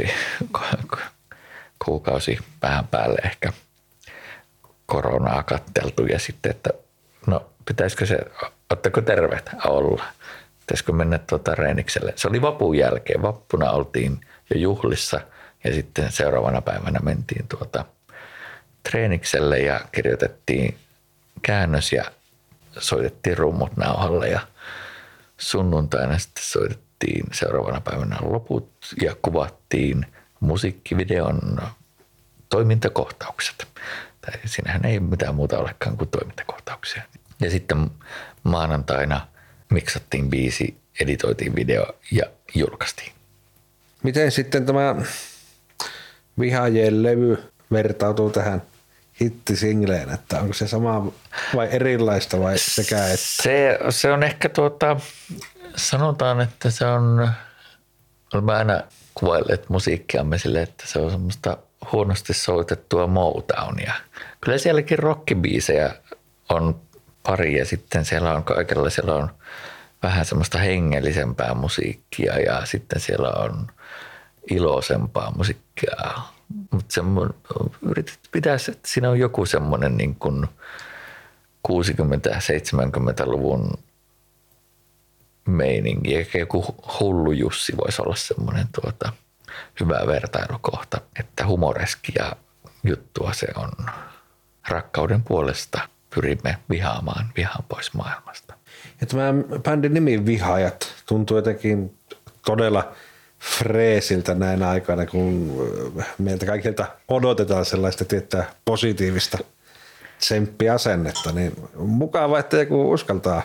kuukausi vähän päälle ehkä koronaa katteltu ja sitten, että no pitäisikö se, ootteko terveet olla, pitäisikö mennä Reenikselle. Se oli vapun jälkeen, vappuna oltiin jo juhlissa ja sitten seuraavana päivänä mentiin treenikselle ja kirjoitettiin käännös ja soitettiin rummut nauhalle ja sunnuntaina sitten soitettiin seuraavana päivänä loput ja kuvattiin musiikkivideon toimintakohtaukset. Siinähän ei mitään muuta olekaan kuin toimintakohtauksia. Ja sitten maanantaina miksattiin biisi, editoitiin video ja julkaistiin. Miten sitten tämä Vihaajien levy vertautuu tähän hittisingleen, että onko se sama vai erilaista vai sekä että? Se on ehkä sanotaan, että se on, olemme aina kuvailleet musiikkiamme sille, että se on semmoista huonosti soitettua Motownia. Kyllä sielläkin rockibiisejä on pari ja sitten siellä on vähän semmoista hengellisempää musiikkia ja sitten siellä on iloisempaa musiikkia. Mutta yritit pitää, että siinä on joku semmoinen niin kuin 60-70-luvun meininki. Ehkä joku Hullu Jussi voisi olla semmoinen hyvä vertailukohta, että humoreskia juttua se on. Rakkauden puolesta pyrimme vihaamaan vihan pois maailmasta. Ja tämä bändin nimi Vihaajat tuntuu jotenkin todella freesiltä näinä aikana, kun meiltä kaikilta odotetaan sellaista tiettyä positiivista tsemppiasennetta, niin mukava, että joku uskaltaa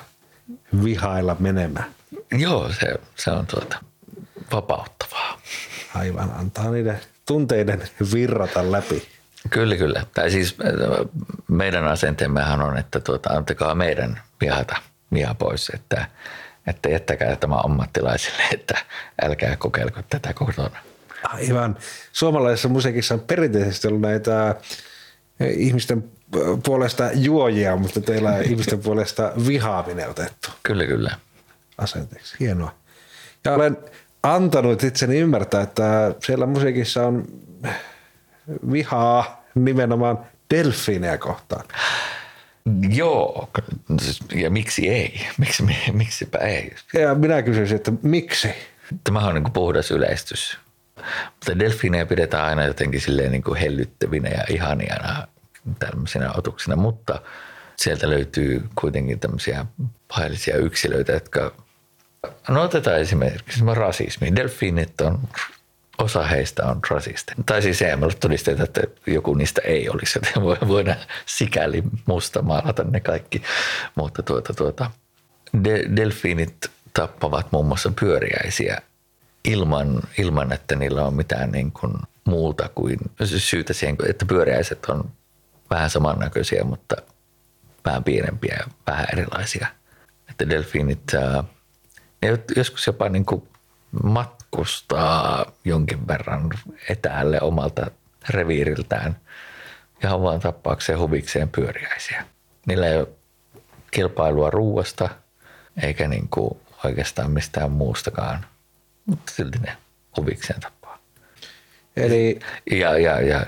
vihailla menemään. Joo, se on vapauttavaa. Aivan, antaa niiden tunteiden virrata läpi. Kyllä. Tai siis meidän asenteemmehan on, että antakaa meidän viha pois, että jättäkää tämä ammattilaisille, että älkää kokeilko tätä kotona. Aivan. Suomalaisessa musiikissa on perinteisesti ollut näitä ihmisten puolesta juojia, mutta teillä on ihmisten puolesta vihaaminen otettu. Kyllä. Asenteeksi. Hienoa. Ja olen antanut itseni ymmärtää, että siellä musiikissa on vihaa nimenomaan delfiinejä kohtaan. Joo, ja miksi ei? Miksipä ei? Ja minä kysyisin, että miksi? Tämähän on niin kuin puhdas yleistys. Mutta delfiinejä pidetään aina jotenkin silleen niin kuin hellyttävinä ja ihaniana tämmöisinä otuksina, mutta sieltä löytyy kuitenkin tämmöisiä pahallisia yksilöitä, jotka... No otetaan esimerkiksi rasismi. Delfiinit osa heistä on rasisteja. Tai siis ei ole todisteita, että joku niistä ei olisi, joten voidaan sikäli mustamaalata ne kaikki. Mutta delfiinit tappavat muun muassa pyöriäisiä ilman, että niillä on mitään niin kuin muuta kuin syytä siihen, että pyöriäiset on vähän samannäköisiä, mutta vähän pienempiä ja vähän erilaisia. Että delfiinit, ne joskus jopa niin kuin matkustaa jonkin verran etäälle omalta reviiriltään ihan vaan tappaakseen huvikseen pyöriäisiä. Niillä ei ole kilpailua ruuasta eikä niin kuin oikeastaan mistään muustakaan, mutta silti ne huvikseen tappaa. Eli... Ja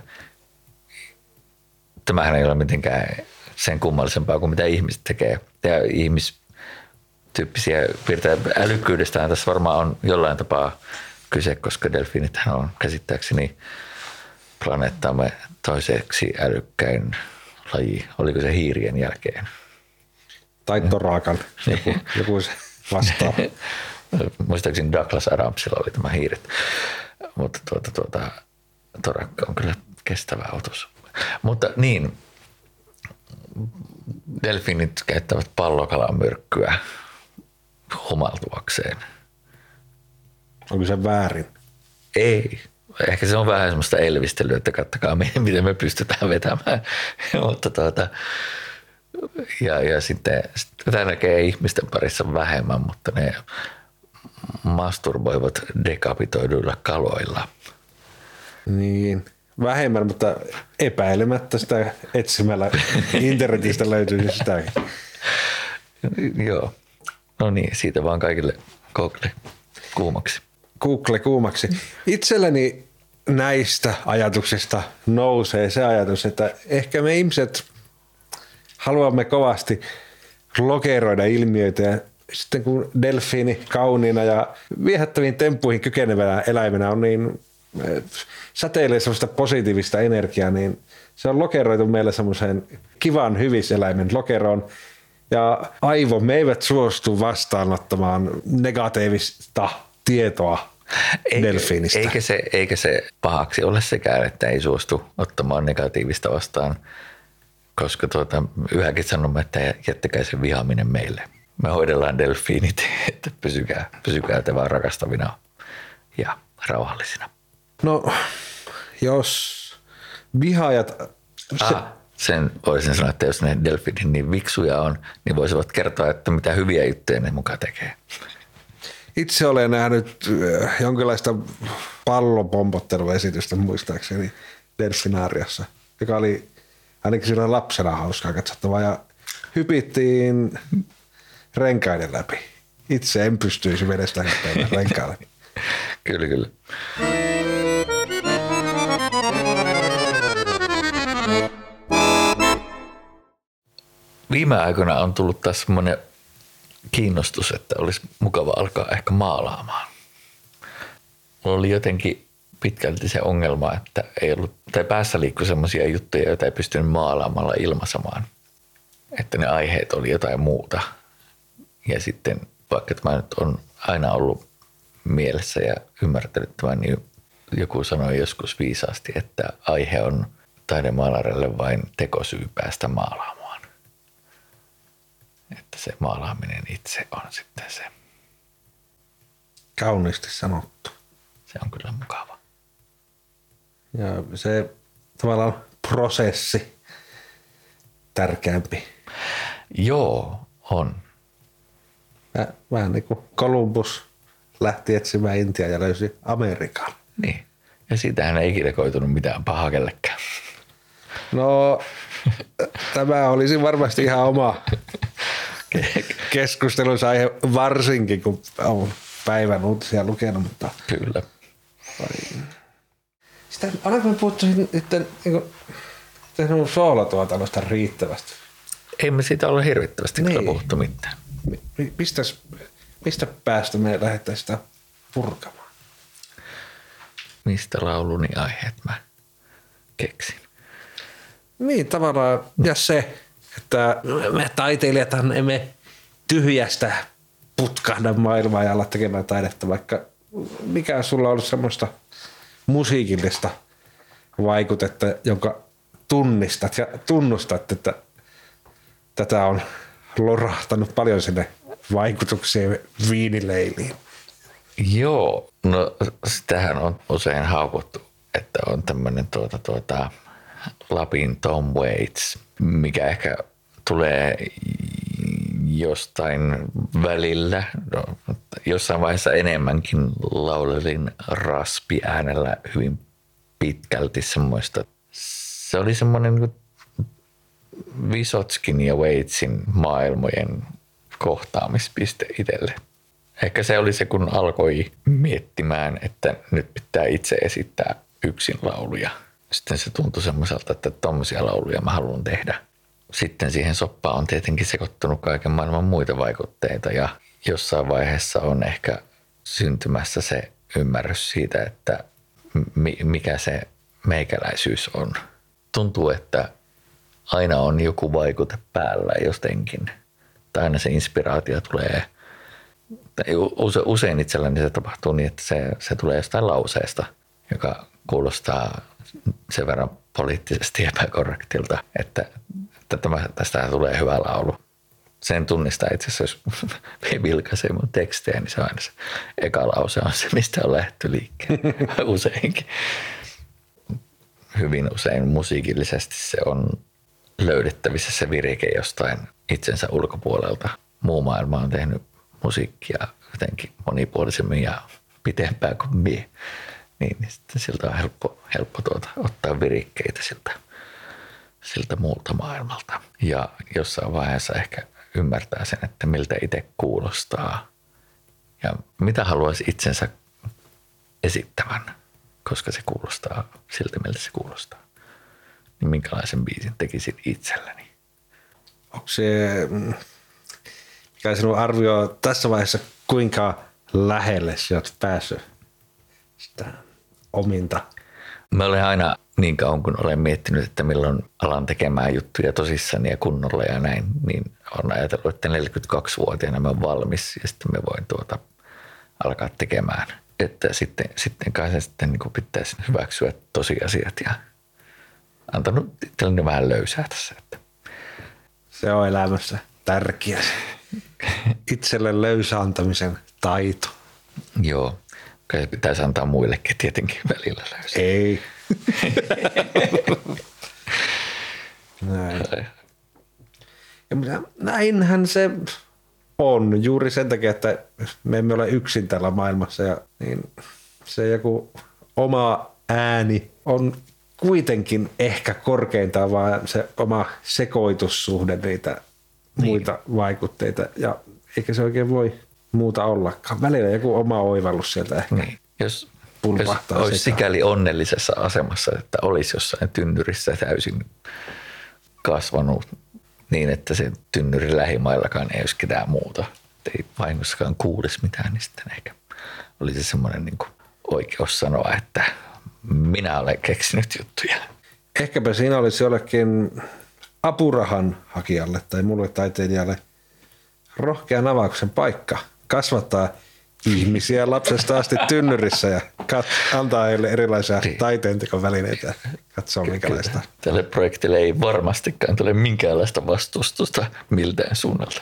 tämähän ei ole mitenkään sen kummallisempaa kuin mitä ihmiset tekee. Ja ihmistyyppisiä piirteitä älykkyydestään tässä varmaan on jollain tapaa kyse, koska delfiinithän on käsittääkseni planeettamme toiseksi älykkäin laji. Oliko se hiirien jälkeen? Tai torakan, joku se vastaa. Muistaakseni Douglas Adamsilla oli tämä hiiret, mutta torakka on kyllä kestävä otus. Mutta niin, delfiinit käyttävät pallokalan myrkkyä humaltuakseen. Onko se väärin? Ei. Ehkä se on vähän semmoista elvistelyä, että katsokaa miten me pystytään vetämään. Mutta ja sitten tätä näkee ihmisten parissa vähemmän, mutta ne masturboivat dekapitoiduilla kaloilla. Niin, vähemmän, mutta epäilemättä sitä etsimällä internetistä löytyy sitäkin. Joo. No niin, siitä vaan kaikille Google kuumaksi. Google kuumaksi. Itselleni näistä ajatuksista nousee se ajatus, että ehkä me ihmiset haluamme kovasti lokeroida ilmiöitä ja sitten kun delfiini kauniina ja viehättäviin temppuihin kykenevänä eläimenä on niin säteilee sellaista positiivista energiaa, niin se on lokeroitu meille semmoiseen kivan hyviseläimen lokeroon. Ja aivomme eivät suostu vastaanottamaan negatiivista tietoa delfiinistä. Eikä se pahaksi ole sekään, että ei suostu ottamaan negatiivista vastaan, koska yhäkin sanomme, että jättäkää se vihaaminen meille. Me hoidellaan delfiinit, että pysykää te vaan rakastavina ja rauhallisina. No, jos vihaajat... Sen voisin sanoa, että jos ne delfiinit niin viksuja on, niin voisivat kertoa, että mitä hyviä juttuja ne mukaan tekee. Itse olen nähnyt jonkinlaista pallopompotteluesitystä muistaakseni delfinaariossa, joka oli ainakin silloin lapsena hauskaa katsottavaa ja hypittiin renkaiden läpi. Itse en pystyisi vedestä hyppäämään renkaille. Kyllä. Viime aikoina on tullut taas semmoinen kiinnostus, että olisi mukava alkaa ehkä maalaamaan. Mulla oli jotenkin pitkälti se ongelma, että ei ollut, tai päässä liikkui semmoisia juttuja, joita ei pystynyt maalaamalla ilmaisemaan. Että ne aiheet oli jotain muuta. Ja sitten vaikka tämä nyt on aina ollut mielessä ja ymmärtänyt tämän, niin joku sanoi joskus viisaasti, että aihe on taidemaalarille vain tekosyy päästä maalaamaan. Että se maalaaminen itse on sitten se. Kauniisti sanottu. Se on kyllä mukava. Ja se tavallaan prosessi tärkeämpi. Joo, on. Vähän niin kuin Columbus lähti etsimään Intiaa ja löysi Amerikan. Niin. Ja siitähän ei ikinä koitunut mitään pahaa kellekään. No, tämä olisi varmasti ihan oma keskustelunsa aihe, varsinkin kun on päivän uutisia lukenut, mutta... Kyllä. Sitä olenko me puhuttu sitten niin soolotuotannosta riittävästi? Ei me siitä ole hirvittävästi kyllä puhuttu mitään. Mistä päästä me lähdetään sitä purkamaan? Mistä lauluni aiheet mä keksin? Niin, tavallaan. Ja se, että me taiteilijathan emme tyhjästä putkahda maailmaa ja olla tekemään taidetta, vaikka mikä sulla on ollut semmoista musiikillista vaikutetta, jonka tunnistat ja tunnustat, että tätä on lorahtanut paljon sinne vaikutukseen viinileiliin. Joo, no sitähän on usein haukuttu, että on tämmöinen Lapin Tom Waits, mikä ehkä tulee jostain välillä, jossain vaiheessa enemmänkin laulelin raspiäänellä hyvin pitkälti semmoista. Se oli semmoinen Vysotskin ja Waitsin maailmojen kohtaamispiste itselle. Ehkä se oli se, kun alkoi miettimään, että nyt pitää itse esittää yksin lauluja. Sitten se tuntui semmoiselta, että tommosia lauluja mä haluan tehdä. Sitten siihen soppaan on tietenkin sekoittunut kaiken maailman muita vaikutteita ja jossain vaiheessa on ehkä syntymässä se ymmärrys siitä, että mikä se meikäläisyys on. Tuntuu, että aina on joku vaikute päällä jotenkin. Tai aina se inspiraatio tulee. Usein itselläni se tapahtuu niin, että se tulee jostain lauseesta, joka kuulostaa sen verran poliittisesti epäkorrektilta, että tästä tulee hyvä laulu. Sen tunnistaa itse asiassa, jos vilkaisee mun tekstejä, niin se on aina se eka lause on se, mistä on lähdetty liikkeelle useinkin. Hyvin usein musiikillisesti se on löydettävissä se virike jostain itsensä ulkopuolelta. Muu maailma on tehnyt musiikkia jotenkin monipuolisemmin ja pitempään kuin mie. Niin sitten siltä on helppo ottaa virikkeitä siltä muulta maailmalta. Ja jossain vaiheessa ehkä ymmärtää sen, että miltä itse kuulostaa ja mitä haluaisi itsensä esittävän, koska se kuulostaa siltä, miltä se kuulostaa. Niin minkälaisen biisin tekisin itselleni? Onko se, mikä sinun arvio tässä vaiheessa, kuinka lähelle sinä olet päässyt sitä ominta? Mä olen aina niin kauan, kun olen miettinyt, että milloin alan tekemään juttuja tosissani ja kunnolla ja näin, niin olen ajatellut, että 42-vuotiaana mä olen valmis ja sitten mä voin alkaa tekemään. Että sitten kai se sitten niin pitäisi hyväksyä tosiasiat ja antanut itselleni vähän löysää tässä. Että. Se on elämässä tärkeä. Itselle löysä antamisen taito. Joo, kai se pitäisi antaa muillekin tietenkin välillä löysää. Ei. Näin. Ja näinhän se on juuri sen takia, että me emme ole yksin täällä maailmassa ja niin se joku oma ääni on kuitenkin ehkä korkeintaan vaan se oma sekoitussuhde niitä muita vaikutteita ja eikä se oikein voi muuta ollakaan. Välillä joku oma oivallus sieltä ehkä Jos pulpahtaa. Olisi sikäli onnellisessa asemassa, että olisi jossain tynnyrissä täysin kasvanut niin, että se tynnyrin lähimaillakaan ei olisi ketään muuta. Että ei vahingossakaan kuulisi mitään, niin sitten ehkä olisi semmoinen niin kuin oikeus sanoa, että minä olen keksinyt juttuja. Ehkäpä siinä olisi jollekin apurahan hakijalle tai mulle taiteilijalle rohkean avauksen paikka kasvattaa ihmisiä lapsesta asti tynnyrissä ja antaa heille erilaisia taiteentekovälineitä ja katsoo minkälaista. Tälle projektille ei varmastikaan tule minkäänlaista vastustusta miltään suunnalta.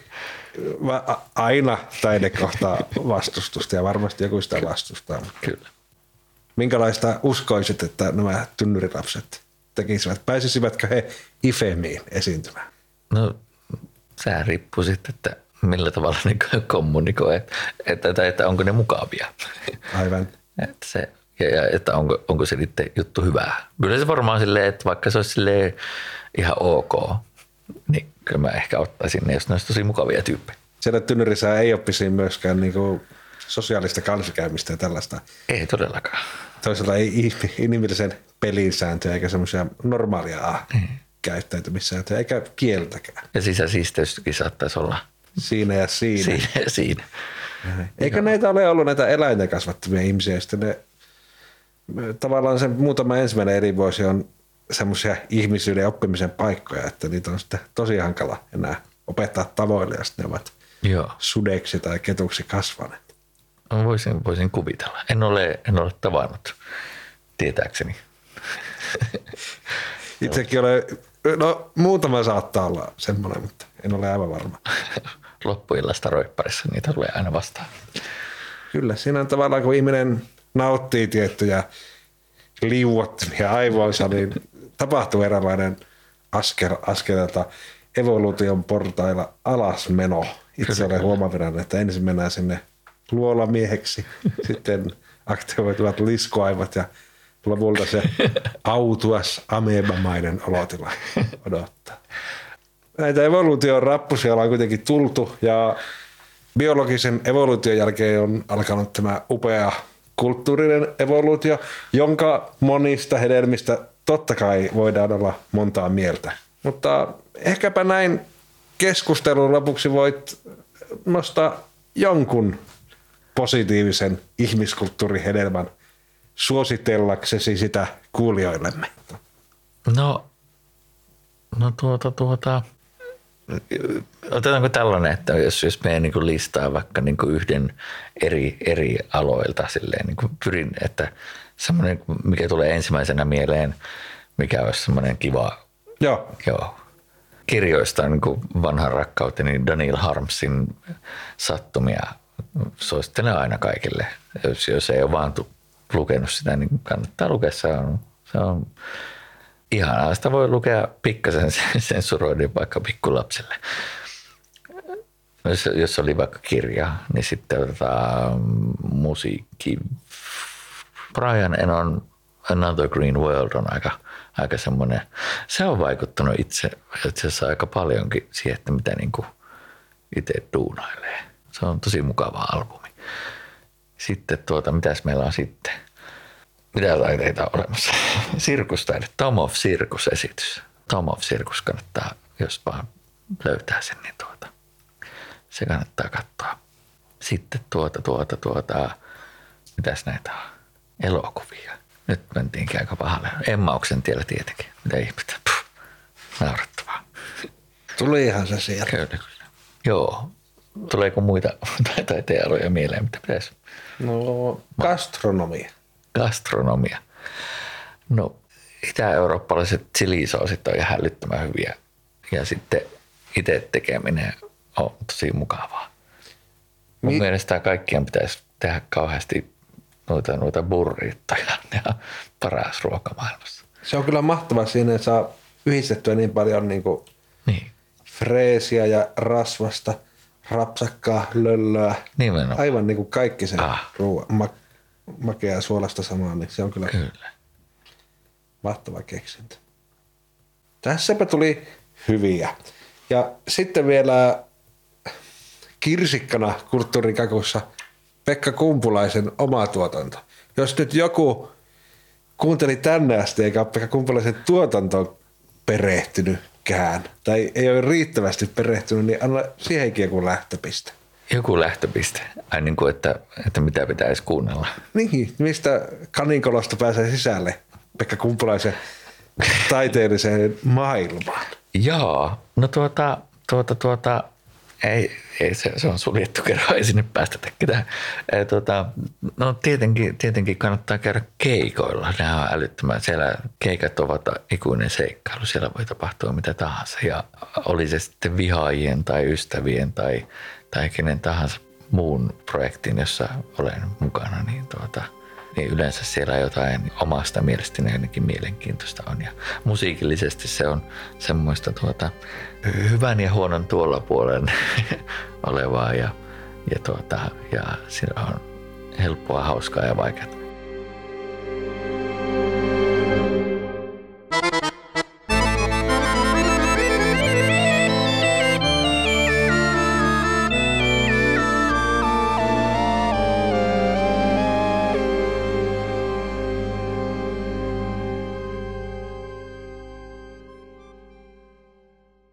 Aina taide kohtaa vastustusta ja varmasti joku sitä vastustaa. Kyllä. Minkälaista uskoisit, että nämä tynnyrilapset tekisivät? Pääsisivätkö he IFEMiin esiintymään? No, sehän riippuu sitten, että millä tavalla ne kommunikoi, että onko ne mukavia. Aivan. Että onko se niiden juttu hyvää. Kyllä se varmaan silleen, että vaikka se olisi silleen ihan ok, niin kyllä mä ehkä ottaisin ne, jos ne olisi tosi mukavia tyyppejä. Siellä tynnyrissä ei oppisi myöskään niinku sosiaalista kanssakäymistä ja tällaista. Ei todellakaan. Toisaalta ei inhimillisen pelin sääntöjä eikä semmoisia normaalia käyttäytymissääntöjä eikä kieltäkään. Ja sisäsiisteystäkin saattaisi olla. Siinä ja siinä. Siinä. Eikä näitä ole ollut näitä eläinten kasvattamia ihmisiä. Ja sitten tavallaan se muutama ensimmäinen eri vuosi on semmoisia ihmisyyden oppimisen paikkoja, että niitä on sitten tosi hankala enää opettaa tavoille, ja sitten ne ovat sudeksi tai ketuksi kasvaneet. Voisin kuvitella. En ole tavannut, tietääkseni. Itsekin olen, muutama saattaa olla semmoinen, mutta en ole aivan varma. Loppuillasta roipparissa niitä tulee aina vastaan. Kyllä, siinä on tavallaan, kun ihminen nauttii tiettyjä liuottimia aivoissa, niin tapahtuu eräänlainen askeleelta evoluution portailla alasmeno. Itse olen huomaavinaan, että ensin mennään sinne luolamieheksi, sitten aktivoituvat liskoaivot ja lopulta se autuas amebamainen olotila odottaa. Näitä evoluution rappusia ollaan kuitenkin tultu ja biologisen evoluution jälkeen on alkanut tämä upea kulttuurinen evoluutio, jonka monista hedelmistä totta kai voidaan olla montaa mieltä. Mutta ehkäpä näin keskustelun lopuksi voit nostaa jonkun positiivisen ihmiskulttuurihedelmän suositellaksesi sitä kuulijoillemme. No otetaanko tällainen, että jos me niin listaa vaikka niin yhden eri aloilta silleen, niin pyrin, että semmoinen, mikä tulee ensimmäisenä mieleen, mikä olisi semmoinen kiva. Joo. Kirjoista niin vanhan rakkauteni Daniel Harmsin sattumia suosittelen aina kaikille. Jos ei ole vaan lukenut sitä, niin kannattaa lukea. Se on ihanaa. Sitä voi lukea pikkasen sensuroiden vaikka pikkulapselle. Jos oli vaikka kirja, niin sitten musiikki. Brian Enon Another Green World on aika semmoinen, se on vaikuttanut itse asiassa aika paljonkin siihen, että mitä niin itse duunailee. Se on tosi mukava albumi. Sitten mitäs meillä on sitten? Mitä taiteita on olemassa? Sirkustaide, Tom of Circus-esitys. Tom of Circus kannattaa, jos vaan löytää sen, niin se kannattaa katsoa. Sitten mitäs näitä on? Elokuvia. Nyt mentiinkin aika pahalle. Emmauksen tiellä tietenkin. Mitä ihmettä? Naurattavaa. Tulihan se sieltä. Kyllä. Joo. Tuleeko muita taiteenaloja mieleen? Mitä pitäisi? No, gastronomia. No, itä-eurooppalaiset chilisoosit on ihan hälyttömän hyviä. Ja sitten itse tekeminen on tosi mukavaa. Mun mielestä kaikkien pitäisi tehdä kauheasti noita burrittoja. Ne on paras ruoka maailmassa. Se on kyllä mahtavaa siinä, että saa yhdistettyä niin paljon niin. Freesiä ja rasvasta, rapsakkaa, löllöä. Nimenomaan. Aivan niin kuin kaikki sen ruoan makea ja suolasta samaa, niin se on kyllä mahtava keksintö. Tässäpä tuli hyviä. Ja sitten vielä kirsikkana kulttuurikakussa Pekka Kumpulaisen oma tuotanto. Jos nyt joku kuunteli tänne asti eikä ole Pekka Kumpulaisen tuotantoon perehtynytkään tai ei ole riittävästi perehtynyt, niin anna siihenkin joku lähtöpiste. Joku lähtöpiste. Ai niin kuin, että mitä pitäisi kuunnella. Niin, mistä kaninkolosta pääsee sisälle Pekka Kumpulaisen taiteelliseen maailmaan? Joo, no Ei se on suljettu kerran, ei sinne päästetä ketään. No tietenkin kannattaa käydä keikoilla. Nämä on älyttömän. Siellä keikat ovat ikuinen seikkailu. Siellä voi tapahtua mitä tahansa. Ja oli se sitten vihaajien tai ystävien tai kenen tahansa muun projektin, jossa olen mukana, niin yleensä siellä jotain omasta mielestäni ainakin mielenkiintoista on. Ja musiikillisesti se on semmoista hyvän ja huonon tuolla puolen olevaa ja siinä on helppoa, hauskaa ja vaikeaa.